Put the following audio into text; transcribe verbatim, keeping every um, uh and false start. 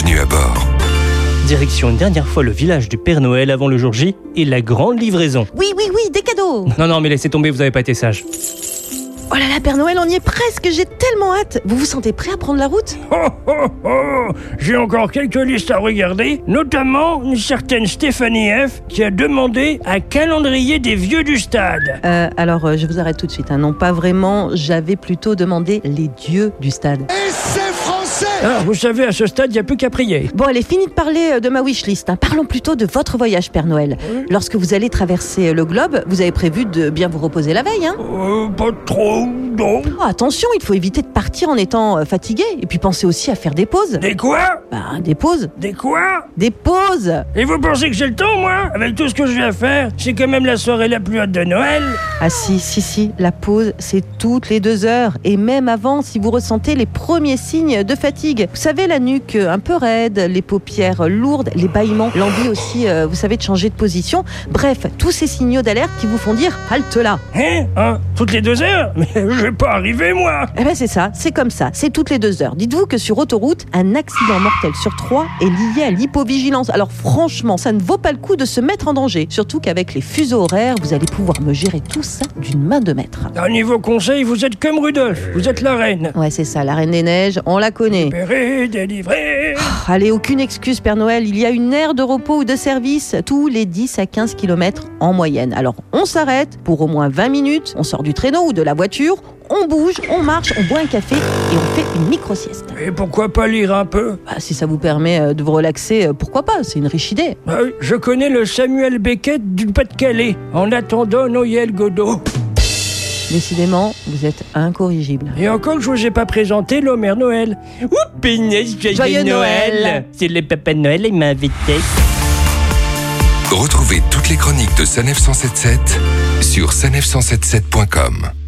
bienvenue à bord. Direction une dernière fois le village du Père Noël avant le jour J et la grande livraison. Oui, oui, oui, des cadeaux. Non, non, mais laissez tomber, vous avez pas été sage. Oh là là, Père Noël, on y est presque, j'ai tellement hâte. Vous vous sentez prêt à prendre la route ? Oh oh oh, j'ai encore quelques listes à regarder, notamment une certaine Stéphanie F qui a demandé un calendrier des vieux du stade. Euh, alors, euh, je vous arrête tout de suite. Hein. Non, pas vraiment. J'avais plutôt demandé les dieux du stade. Et c'est français! Ah, vous savez, à ce stade, il n'y a plus qu'à prier. Bon, allez, fini de parler euh, de ma wishlist. Hein. Parlons plutôt de votre voyage, Père Noël. Oui. Lorsque vous allez traverser le globe, vous avez prévu de bien vous reposer la veille, hein ? Euh, pas trop, non. Oh, attention, il faut éviter de partir en étant euh, fatigué. Et puis pensez aussi à faire des pauses. Des quoi? Bah, des pauses. Des quoi? Des pauses. Et vous pensez que j'ai le temps, moi? Avec tout ce que je viens faire, c'est quand même la soirée la plus haute de Noël. Ah si, si, si, la pause, c'est toutes les deux heures. Et même avant, si vous ressentez les premiers signes de fatigue. Vous savez, la nuque un peu raide, les paupières lourdes, les bâillements, l'envie aussi, euh, vous savez, de changer de position. Bref, tous ces signaux d'alerte qui vous font dire « halte là ». Hein? Hein? Toutes les deux heures? Mais je vais pas arriver, moi. Eh ben c'est ça, c'est comme ça, c'est toutes les deux heures. Dites-vous que sur autoroute, un accident mortel sur trois est lié à l'hypovigilance. Alors franchement, ça ne vaut pas le coup de se mettre en danger. Surtout qu'avec les fuseaux horaires, vous allez pouvoir me gérer tout ça d'une main de maître. À niveau conseil, vous êtes comme Rudolph. Vous êtes la reine. Ouais, c'est ça, la Reine des Neiges, on la connaît. Libéré, délivré. Oh, allez, aucune excuse, Père Noël. Il y a une aire de repos ou de service tous les dix à quinze kilomètres en moyenne. Alors, on s'arrête pour au moins vingt minutes, on sort du traîneau ou de la voiture, on bouge, on marche, on boit un café et on fait une micro-sieste. Et pourquoi pas lire un peu? Bah, si ça vous permet euh, de vous relaxer, euh, pourquoi pas? C'est une riche idée. Ah oui, je connais le Samuel Beckett du Pas-de-Calais. En attendant Noël Godot. Décidément, vous êtes incorrigible. Et encore que je vous ai pas présenté l'Homer Noël. Ouh, pénaise, joyeux, Joyeux Noël. Noël. C'est le Papa Noël, il m'a invité. Retrouvez toutes les chroniques de Sanef cent soixante-dix-sept sur sanef cent soixante-dix-sept point com.